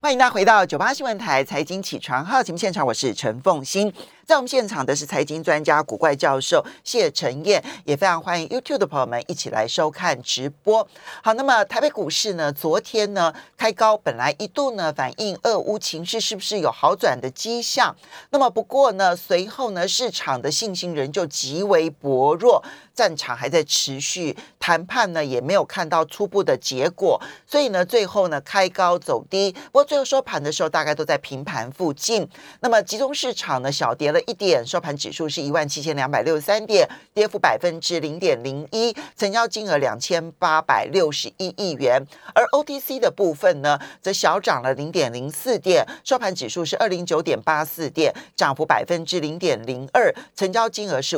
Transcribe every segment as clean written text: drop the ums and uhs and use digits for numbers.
欢迎大家回到98新闻台财经起床号节目现场，我是陈凤馨。在我们现场的是财经专家古怪教授谢晨彦，也非常欢迎 YouTube 的朋友们一起来收看直播。好，那么台北股市呢，昨天呢开高，本来一度呢反映俄乌情势是不是有好转的迹象，那么不过呢，随后呢市场的信心仍旧极为薄弱，战场还在持续，谈判呢也没有看到初步的结果，所以呢最后呢开高走低，不过最后收盘的时候大概都在平盘附近。那么集中市场呢小跌了1点，收盘指数是17263点，跌幅0.01%，成交金额2861亿元。而 OTC 的部分呢则小涨了0.04点，收盘指数是209.84点，涨幅0.02%，成交金额是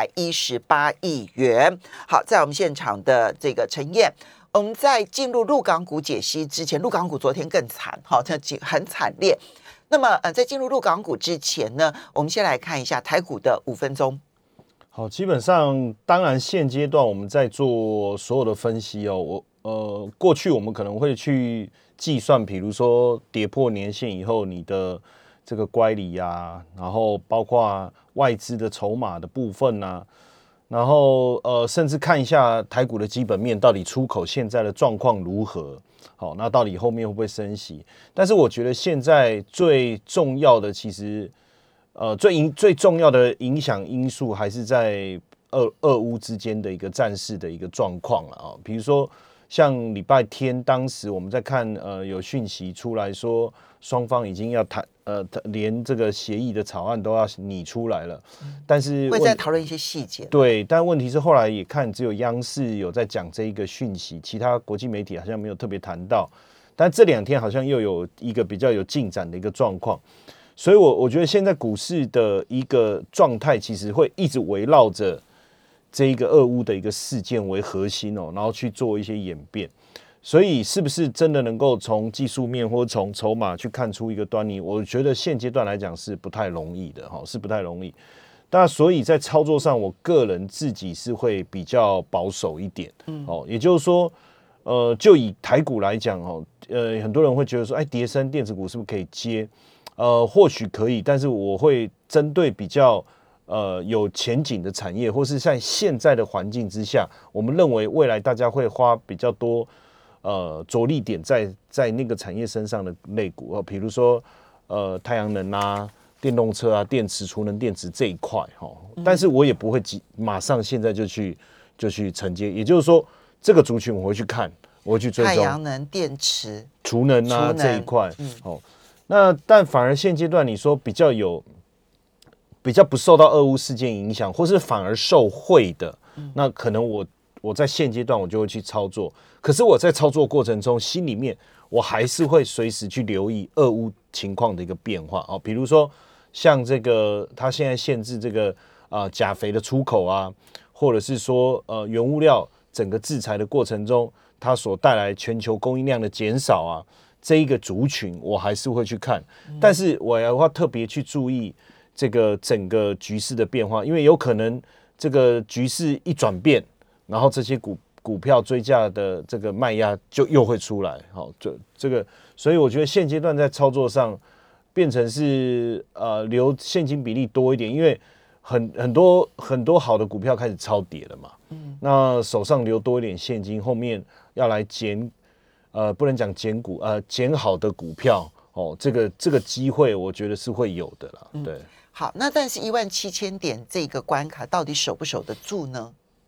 518亿元。好，在我们现场的这个陈彦，我们在进入陆港股解析之前，陆港股昨天更惨，很惨烈。那么在进入陆港股之前呢，我们先来看一下台股的5分钟。 好，基本上当然现阶段我们在做所有的分析哦，过去我们可能会去计算，比如说跌破年线以后你的这个乖离啊，然后包括外资的筹码的部分啊，然后甚至看一下台股的基本面到底出口现在的状况如何。好，那到底后面会不会升息？但是我觉得现在最重要的其实最重要的影响因素还是在俄乌之间的一个战事的一个状况了啊。比如说像礼拜天，当时我们在看有讯息出来说，双方已经要谈连这个协议的草案都要拟出来了，但是会再讨论一些细节。 对，但问题是后来也看只有央视有在讲这一个讯息，其他国际媒体好像没有特别谈到。但这2天好像又有一个比较有进展的一个状况，所以我觉得现在股市的一个状态其实会一直围绕着这一个俄乌的一个事件为核心哦，然后去做一些演变。所以是不是真的能够从技术面或从筹码去看出一个端倪？我觉得现阶段来讲是不太容易的，是不太容易。那所以在操作上，我个人自己是会比较保守一点，也就是说，就以台股来讲很多人会觉得说，跌升电子股是不是可以接？或许可以，但是我会针对比较有前景的产业，或是在现在的环境之下，我们认为未来大家会花比较多着力点在那个产业身上的类股比如说太阳能啊、电动车啊、电池、储能电池这一块但是我也不会马上现在就去承接，也就是说这个族群我会去看，我会去追踪太阳能、电池、 储能啊这一块那但反而现阶段你说比较不受到俄乌事件影响，或是反而受惠的，那可能我在现阶段我就会去操作。可是我在操作过程中，心里面我还是会随时去留意俄乌情况的一个变化比如说像这个他现在限制这个钾肥的出口啊，或者是说原物料整个制裁的过程中，它所带来全球供应量的减少啊。这一个族群我还是会去看，但是我要特别去注意这个整个局势的变化，因为有可能这个局势一转变，然后这些股票追价的这个卖压就又会出来，这个，所以我觉得现阶段在操作上变成是留现金比例多一点，因为很多好的股票开始超跌了嘛，那手上留多一点现金，后面要来不能讲减好的股票这个机会我觉得是会有的啦，对。 好，那但是17000点这个关卡到底守不守得住呢？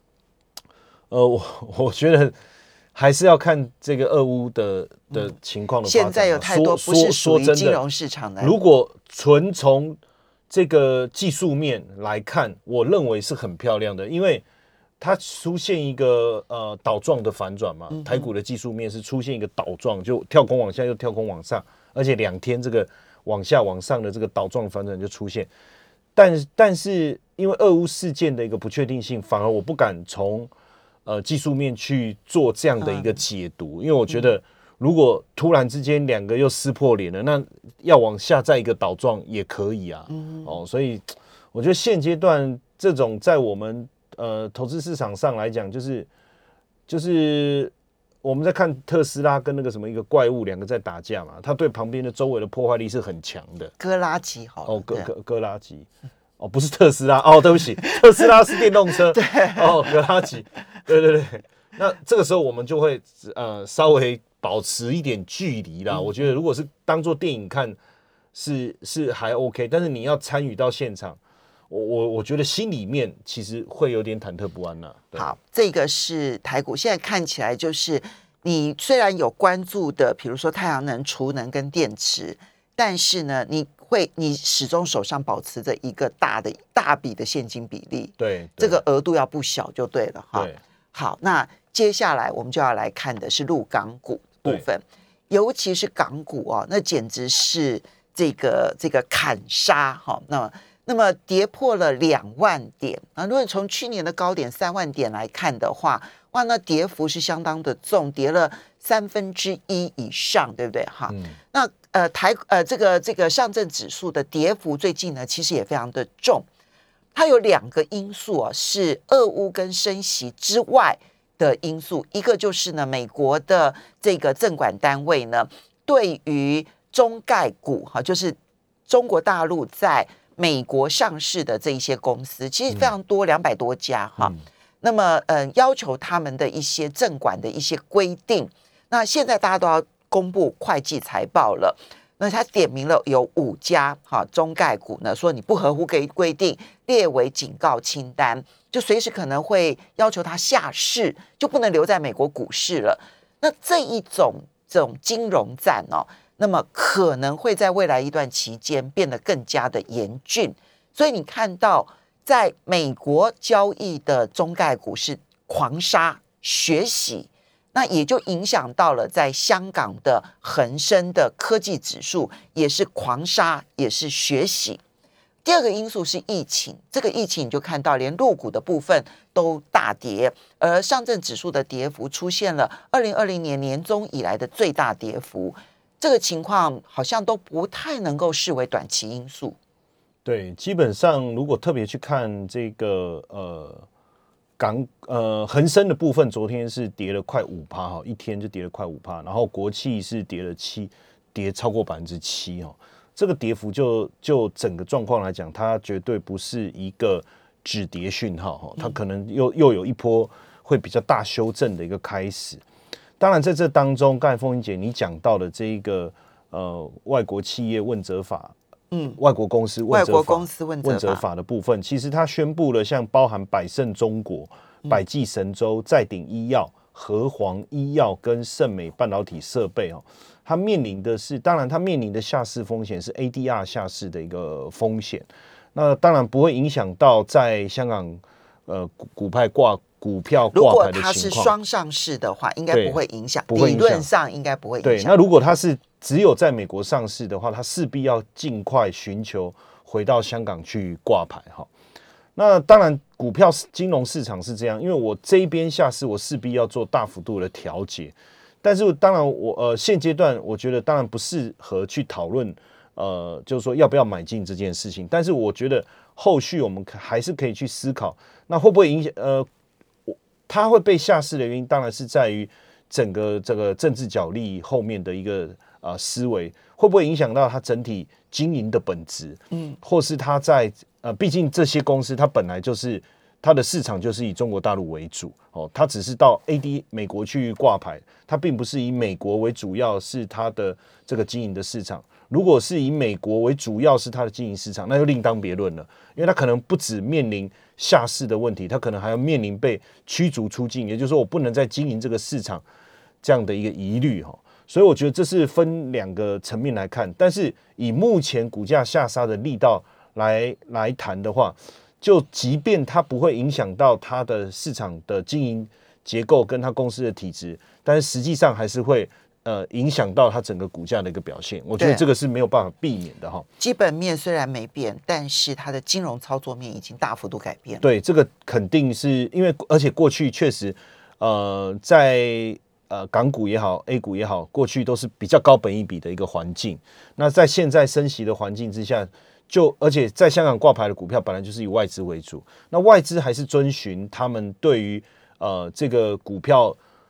我觉得还是要看这个俄乌的情况的发展。 现在有太多不是属于金融市场的。 如果纯从这个技术面来看，我认为是很漂亮的，因为它出现一个倒状的反转嘛，台股的技术面是出现一个倒状，就跳空往下又跳空往上，而且2天这个往下往上的这个倒状反转就出现。但是因为俄乌事件的一个不确定性，反而我不敢从技术面去做这样的一个解读，因为我觉得如果突然之间2个又撕破脸了，那要往下再一个倒状也可以啊。所以我觉得现阶段这种在我们投资市场上来讲，就是我们在看特斯拉跟那个什么一个怪物两个在打架嘛，它对旁边的周围的破坏力是很强的。 哥拉吉好了哦，哥拉吉。哦，不是特斯拉哦，对不起，特斯拉是电动车。 对， 哦，哥拉吉，对。那这个时候我们就会稍微保持一点距离啦。我觉得如果是当做电影看是还 OK， 但是你要参与到现场，我觉得心里面其实会有点忐忑不安啦。 好，这个是台股，现在看起来就是你虽然有关注的，比如说太阳能、储能跟电池，但是呢，你始终手上保持着一个大笔的现金比例， 对， 这个额度要不小就对了哈。 对， 好，那接下来我们就要来看的是陆港股部分，尤其是港股哦，那简直是这个砍杀哈。那么跌破了2万点啊！如果你从去年的高点3万点来看的话，哇，那跌幅是相当的重，跌了1/3以上，对不对？哈，那这个上证指数的跌幅最近呢，其实也非常的重。它有2个因素啊，是俄乌跟升息之外的因素。一个就是呢，美国的这个证管单位呢，对于中概股哈，就是中国大陆在美国上市的这一些公司，其实非常多，200多家哈。那么要求他们的一些证管的一些规定。那现在大家都要公布会计财报了，那他点名了有5家中概股呢，说你不合乎规定，列为警告清单，就随时可能会要求他下市，就不能留在美国股市了。那这种金融战哦，那么可能会在未来一段期间变得更加的严峻。所以你看到在美国交易的中概股是狂杀血洗，那也就影响到了在香港的恒生的科技指数也是狂杀，也是血洗。第二个因素是疫情，这个疫情你就看到连陆股的部分都大跌，而上证指数的跌幅出现了2020年年中以来的最大跌幅，这个情况好像都不太能够视为短期因素。 对，基本上如果特别去看这个恒生的部分，昨天是跌了快5%哈，一天就跌了快5%，然后国企是跌超过7%哈。这个跌幅就整个状况来讲，它绝对不是一个止跌讯号哈，它可能又有一波会比较大修正的一个开始。当然，在这当中，刚才凤英姐你讲到的这一个外国企业问责法，外国公司问责法的部分，其实它宣布了像包含百胜中国、百济神州、再鼎医药、和黄医药跟盛美半导体设备哦。它面临的是，当然它面临的下市风险是 ADR 下市的一个风险，那当然不会影响到在香港股票挂牌的情况。 如果它是双上市的话，应该不会影响，理论上应该不会影响。 对，那如果它是只有在美国上市的话，它势必要尽快寻求回到香港去挂牌哈。那当然，股票金融市场是这样，因为我这一边下市，我势必要做大幅度的调节。但是当然我现阶段我觉得当然不适合去讨论就是说要不要买进这件事情。但是我觉得后续我们还是可以去思考，那会不会影响它会被下市的原因，当然是在于整个这个政治角力后面的一个思维，会不会影响到它整体经营的本质？或是它在毕竟这些公司它本来就是它的市场就是以中国大陆为主哦，它只是到美国去挂牌，它并不是以美国为主要是它的这个经营的市场。如果是以美国为主要是它的经营市场，那就另当别论了，因为它可能不只面临下市的问题，它可能还要面临被驱逐出境，也就是说我不能再经营这个市场这样的一个疑虑哈。所以我觉得这是分2个层面来看，但是以目前股价下杀的力道来谈的话，就即便它不会影响到它的市场的经营结构跟它公司的体质，但是实际上还是会影响到它整个股价的一个表现。我觉得这个是没有办法避免的哈。 基本面虽然没变，但是它的金融操作面已经大幅度改变了。 对，这个肯定是因为，而且过去确实在港股也好 A 股也好，过去都是比较高本益比的一个环境。那在现在升息的环境之下，而且在香港挂牌的股票本来就是以外资为主，那外资还是遵循他们对于这个股票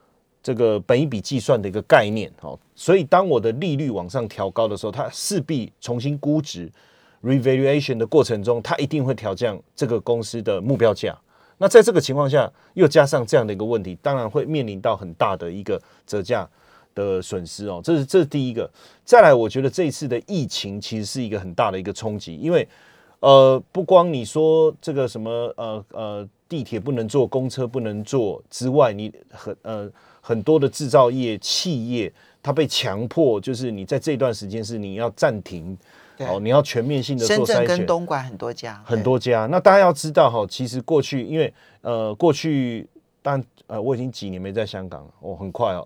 这个本益比计算的一个概念，所以当我的利率往上调高的时候，它势必重新估值 revaluation 的过程中，它一定会调降这个公司的目标价。那在这个情况下，又加上这样的一个问题，当然会面临到很大的一个折价的损失哦。这是第一个。再来，我觉得这一次的疫情其实是一个很大的一个冲击，因为不光你说这个什么地铁不能坐，公车不能坐之外，你很多的制造业企业，它被强迫，就是你在这一段时间是你要暂停，你要全面性的做筛选。 深圳跟东莞很多家， 那大家要知道其实过去因为过去我已经几年没在香港了，很快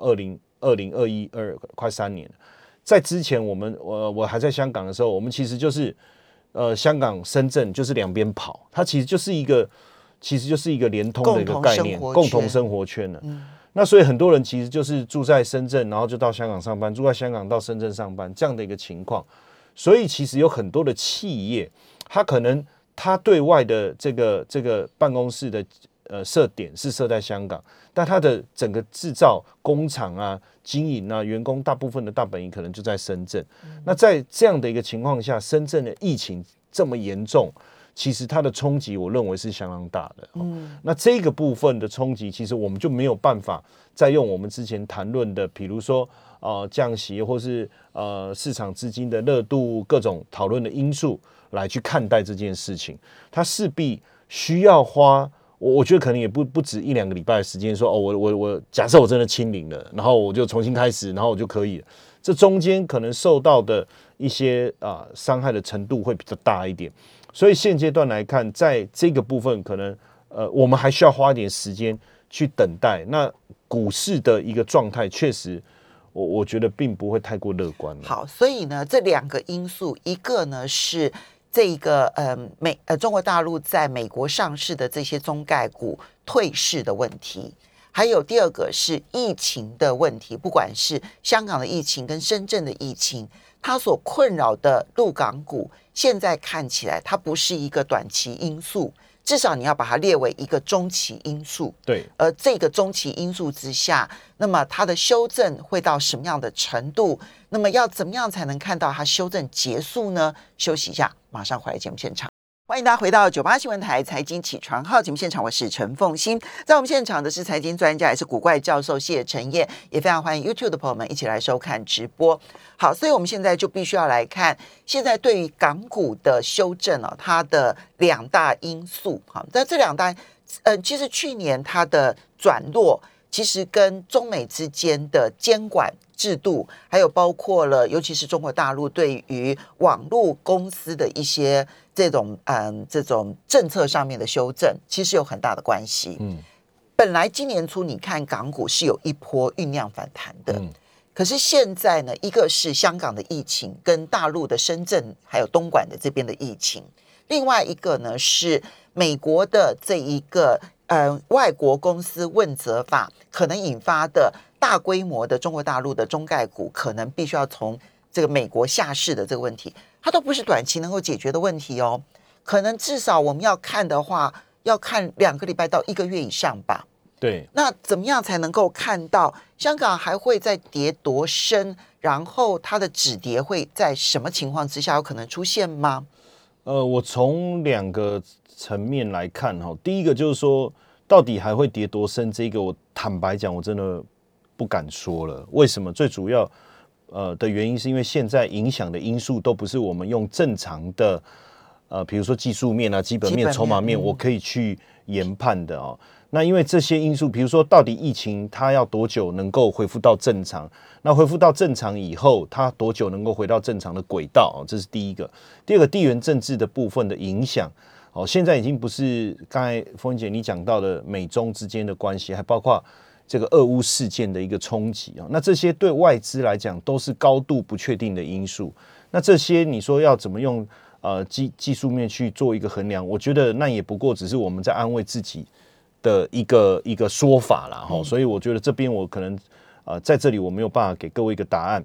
2021快3年了。在之前我还在香港的时候，我们其实就是香港深圳就是两边跑，它其实就是一个连通的一个概念，共同生活圈了。那所以很多人其实就是住在深圳，然后就到香港上班，住在香港到深圳上班这样的一个情况。所以其实有很多的企业，它可能它对外的这个办公室的设点是设在香港，但它的整个制造工厂啊、经营啊、员工大部分的大本营可能就在深圳。那在这样的一个情况下，深圳的疫情这么严重，其实它的冲击我认为是相当大的。那这个部分的冲击，其实我们就没有办法再用我们之前谈论的，比如说降息或是市场资金的热度各种讨论的因素来去看待这件事情。它势必需要花，我觉得可能也不止1-2个礼拜的时间说我假设我真的清零了，然后我就重新开始，然后我就可以了。这中间可能受到的一些伤害的程度会比较大一点。所以现阶段来看，在这个部分可能我们还需要花一点时间去等待。那股市的一个状态确实我觉得并不会太过乐观了。 好，所以呢这2个因素，一个呢是这个中国大陆在美国上市的这些中概股退市的问题，还有第2个是疫情的问题，不管是香港的疫情跟深圳的疫情，它所困扰的陆港股，现在看起来它不是一个短期因素，至少你要把它列为一个中期因素。 对， 而这个中期因素之下，那么它的修正会到什么样的程度？那么要怎么样才能看到它修正结束呢？休息一下，马上回来节目现场。欢迎大家回到98新闻台财经起床号节目现场，我是陈凤馨。在我们现场的是财经专家，也是古怪教授谢晨燕，也非常欢迎 YouTube 的朋友们一起来收看直播。好，所以我们现在就必须要来看，现在对于港股的修正它的2大因素。好，在这2大，其实去年它的转弱，其实跟中美之间的监管制度，还有包括了，尤其是中国大陆对于网络公司的一些这种政策上面的修正，其实有很大的关系。本来今年初你看港股是有一波酝酿反弹的，可是现在呢，一个是香港的疫情跟大陆的深圳还有东莞的这边的疫情，另外一个呢是美国的这一个外国公司问责法可能引发的大规模的中国大陆的中概股可能必须要从这个美国下市的这个问题，它都不是短期能够解决的问题哦。可能至少我们要看的话，要看2个礼拜到1个月以上吧。 对， 那怎么样才能够看到香港还会再跌多深？然后它的止跌会在什么情况之下有可能出现吗？ 我从2个层面来看哈，第一个就是说，到底还会跌多深？这个我坦白讲，我真的不敢说了。为什么？最主要的原因是因为现在影响的因素都不是我们用正常的比如说技术面啊、基本面、筹码面，我可以去研判的哦。那因为这些因素，比如说到底疫情它要多久能够恢复到正常？那恢复到正常以后，它多久能够回到正常的轨道？这是第一个。第2个，地缘政治的部分的影响，现在已经不是刚才凤姐你讲到的美中之间的关系，还包括这个俄乌事件的一个冲击啊。那这些对外资来讲都是高度不确定的因素。那这些你说要怎么用技术面去做一个衡量？我觉得那也不过只是我们在安慰自己的一个说法啦，所以我觉得这边我可能在这里我没有办法给各位一个答案。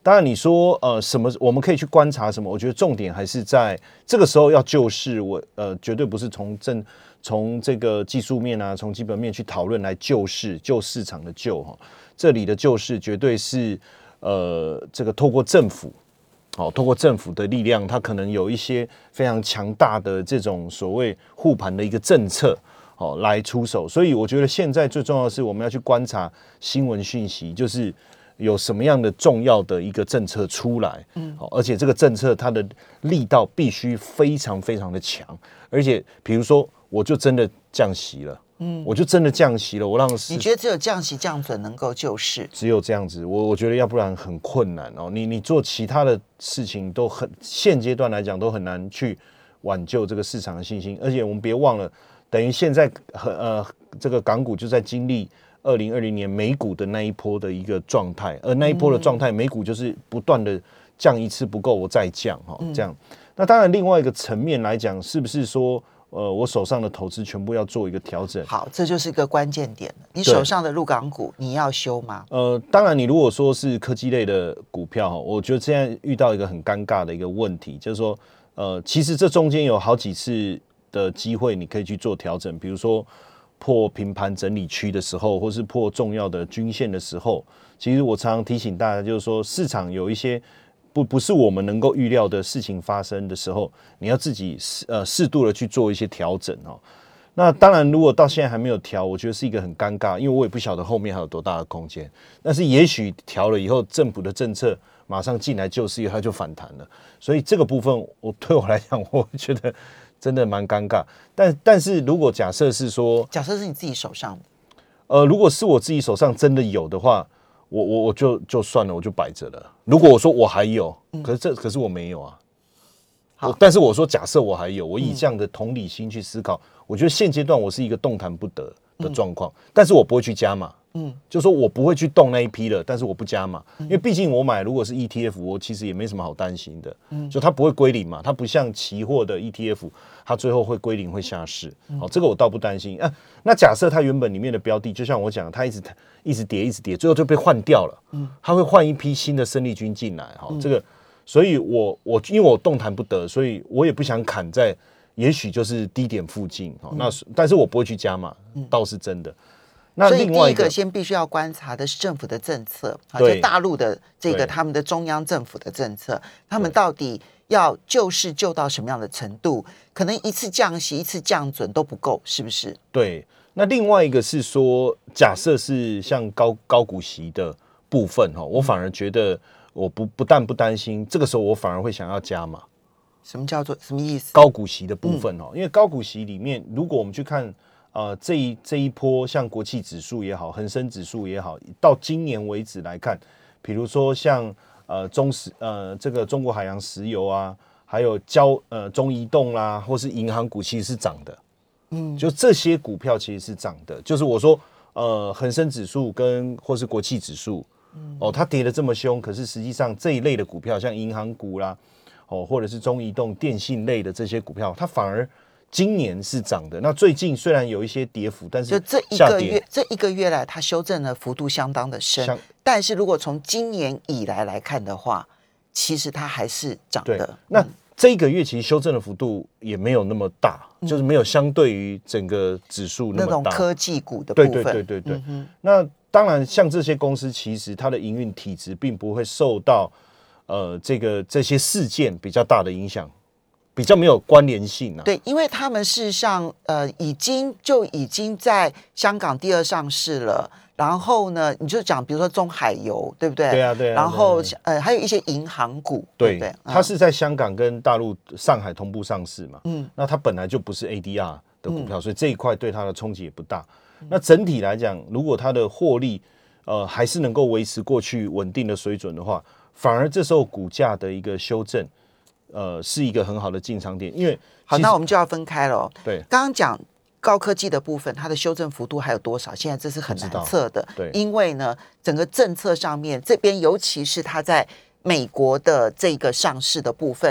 当然你说什么我们可以去观察什么，我觉得重点还是在这个时候要救市，绝对不是从这个技术面啊，从基本面去讨论来救市，救市场的救哈，这里的救市绝对是这个透过政府。透过政府的力量，它可能有一些非常强大的这种所谓护盘的一个政策，来出手。所以我觉得现在最重要的是，我们要去观察新闻讯息，就是有什么样的重要的一个政策出来，而且这个政策它的力道必须非常非常的强，而且比如说，我就真的降息了。我就真的降息了，我让你觉得只有降息降准能够救市？ 只有这样子，我觉得要不然很困难哦。你做其他的事情都现阶段来讲都很难去挽救这个市场的信心，而且我们别忘了，等于现在这个港股就在经历2020年美股的那一波的一个状态，而那一波的状态，美股就是不断的降一次不够，我再降这样。那当然，另外一个层面来讲，是不是说？我手上的投资全部要做一个调整。 好，这就是一个关键点了。你手上的陆港股，你要修吗？ 当然，你如果说是科技类的股票，我觉得现在遇到一个很尴尬的一个问题，就是说，其实这中间有好几次的机会，你可以去做调整，比如说破平盘整理区的时候，或是破重要的均线的时候，其实我常常提醒大家，就是说市场有一些。不是我们能够预料的事情发生的时候，你要自己适度的去做一些调整哦。那当然，如果到现在还没有调，我觉得是一个很尴尬，因为我也不晓得后面还有多大的空间。但是也许调了以后，政府的政策马上进来救市，它就反弹了。所以这个部分，对我来讲，我觉得真的蛮尴尬。但是如果假设是说， 假设是你自己手上的， 如果是我自己手上真的有的话。我就算了，我就摆着了。如果我说我还有，可是我没有啊。但是我说假设我还有，我以这样的同理心去思考，我觉得现阶段我是一个动弹不得的状况，但是我不会去加码。就说我不会去动那一批了，但是我不加码，因为毕竟我买如果是 ETF， 我其实也没什么好担心的，就它不会归零嘛，它不像期货的 ETF， 它最后会归零会下市，这个我倒不担心。那假设它原本里面的标的，就像我讲，它一直跌，最后就被换掉了，它会换一批新的生力军进来，这个，所以我因为我动弹不得，所以我也不想砍在也许就是低点附近，但是我不会去加码，倒是真的。那所以另外第一个先必须要观察的是政府的政策，就大陆的这个他们的中央政府的政策，他们到底要救市救到什么样的程度？可能一次降息一次降准都不够，是不是？ 对。那另外一个是说，假设是像高股息的部分我反而觉得我不但不担心，这个时候我反而会想要加码。 什么叫做什么意思？ 高股息的部分因为高股息里面，如果我们去看这一波像国企指数也好，恒生指数也好，到今年为止来看，比如说像这个中国海洋石油啊，还有中移动啦，或是银行股，其实是涨的。就这些股票其实是涨的。就是我说恒生指数或是国企指数，它跌得这么凶，可是实际上这一类的股票，像银行股啦，或者是中移动、电信类的这些股票，它反而今年是涨的。那最近虽然有一些跌幅，但是就这一个月来，它修正的幅度相当的深。但是如果从今年以来看的话，其实它还是涨的。 那这一个月其实修正的幅度也没有那么大，就是没有相对于整个指数那么大。 那种科技股的部分， 对。那当然，像这些公司，其实它的营运体质并不会受到这些事件比较大的影响，比较没有关联性啊。 对，因为他们事实上已经在香港第二上市了。然后呢，你就讲，比如说中海油，对不对？ 对啊。 然后还有一些银行股，对不对？ 它是在香港跟大陆上海同步上市嘛。那它本来就不是 ADR 的股票，所以这一块对它的冲击也不大。那整体来讲，如果它的获利还是能够维持过去稳定的水准的话，反而这时候股价的一个修正，是一个很好的进场点。因为好，那我们就要分开了。 对， 刚刚讲高科技的部分，它的修正幅度还有多少？现在这是很难测的。 对， 因为呢，整个政策上面这边，尤其是它在美国的这个上市的部分，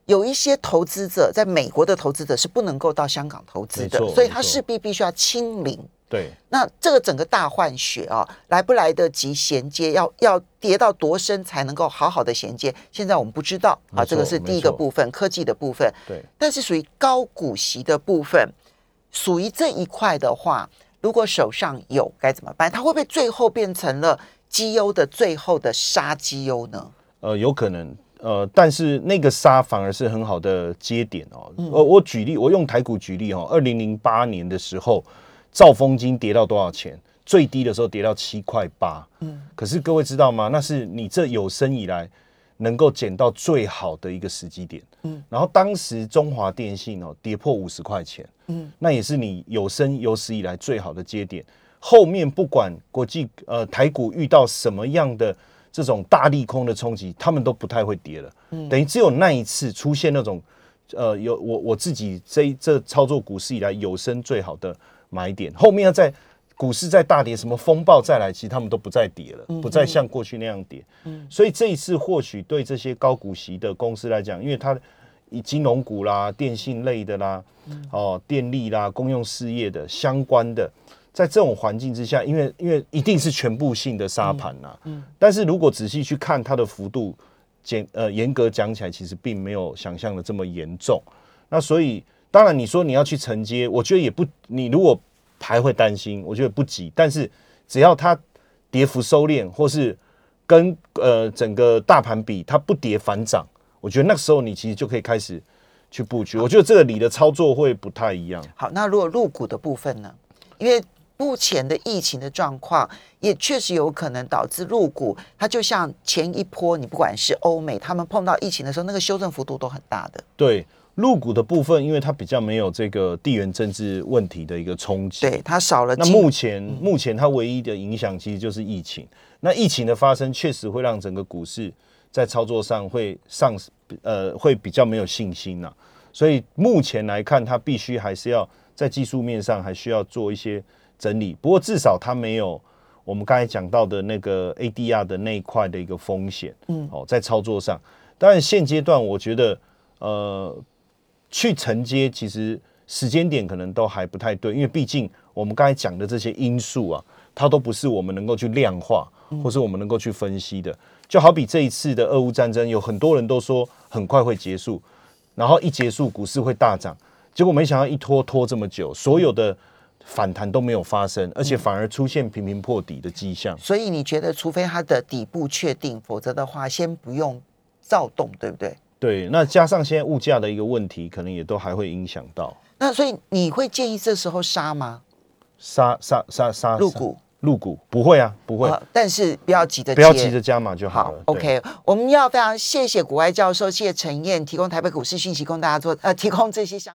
有一些投资者在美国的投资者是不能够到香港投资的，所以他势必必须要清零。 对， 那这个整个大换血啊，来不来得及衔接，要跌到多深才能够好好的衔接？现在我们不知道啊，这个是第一个部分，科技的部分。 对， 但是属于高股息的部分，属于这一块的话，如果手上有该怎么办？它会不会最后变成了绩优的最后的杀绩优呢？ 有可能。但是那个杀反而是很好的接点哦。我举例，我用台股举例哦。2008年的时候，兆丰金跌到多少钱？最低的时候跌到7.8块。可是各位知道吗？那是你这有生以来能够捡到最好的一个时机点。然后当时中华电信哦跌破50块钱。那也是你有生有史以来最好的接点。后面不管国际台股遇到什么样的这种大利空的冲击，他们都不太会跌了。等于只有那一次出现那种我自己这操作股市以来有生最好的买点，后面要在股市再大跌，什么风暴再来，其实他们都不再跌了，不再像过去那样跌。所以这一次或许对这些高股息的公司来讲，因为它以金融股啦、电信类的啦、电力啦、公用事业的相关的。在这种环境之下，因为一定是全部性的杀盘啦，但是如果仔细去看它的幅度，严格讲起来，其实并没有想象的这么严重。那所以，当然你说你要去承接，我觉得也不，你如果还会担心，我觉得不急。但是只要它跌幅收敛，或是跟整个大盘比，它不跌反涨，我觉得那个时候你其实就可以开始去布局。我觉得这个里的操作会不太一样。 好，那如果入股的部分呢？因为目前的疫情的状况，也确实有可能导致入股，它就像前一波，你不管是欧美，他们碰到疫情的时候，那个修正幅度都很大的。 对，入股的部分，因为它比较没有这个地缘政治问题的一个冲击， 对，它少了。 那目前它唯一的影响其实就是疫情。那疫情的发生，确实会让整个股市在操作上会会比较没有信心呐。所以目前来看，它必须还是要在技术面上还需要做一些整理，不过至少它没有我们刚才讲到的那个 ADR 的那一块的一个风险，在操作上。当然现阶段我觉得去承接其实时间点可能都还不太对，因为毕竟我们刚才讲的这些因素啊，它都不是我们能够去量化，或是我们能够去分析的。就好比这一次的俄乌战争，有很多人都说很快会结束，然后一结束股市会大涨，结果没想到一拖这么久，所有的反弹都没有发生，而且反而出现频频破底的迹象。 所以你觉得，除非它的底部确定，否则的话，先不用躁动，对不对？ 对，那加上现在物价的一个问题，可能也都还会影响到。 那所以你会建议这时候杀吗？ 杀入股不会啊，不会。 但是不要急着加码就好了。 好 ，OK， 我们要非常谢谢股外教授谢陈燕提供台北股市讯息供大家提供这些相。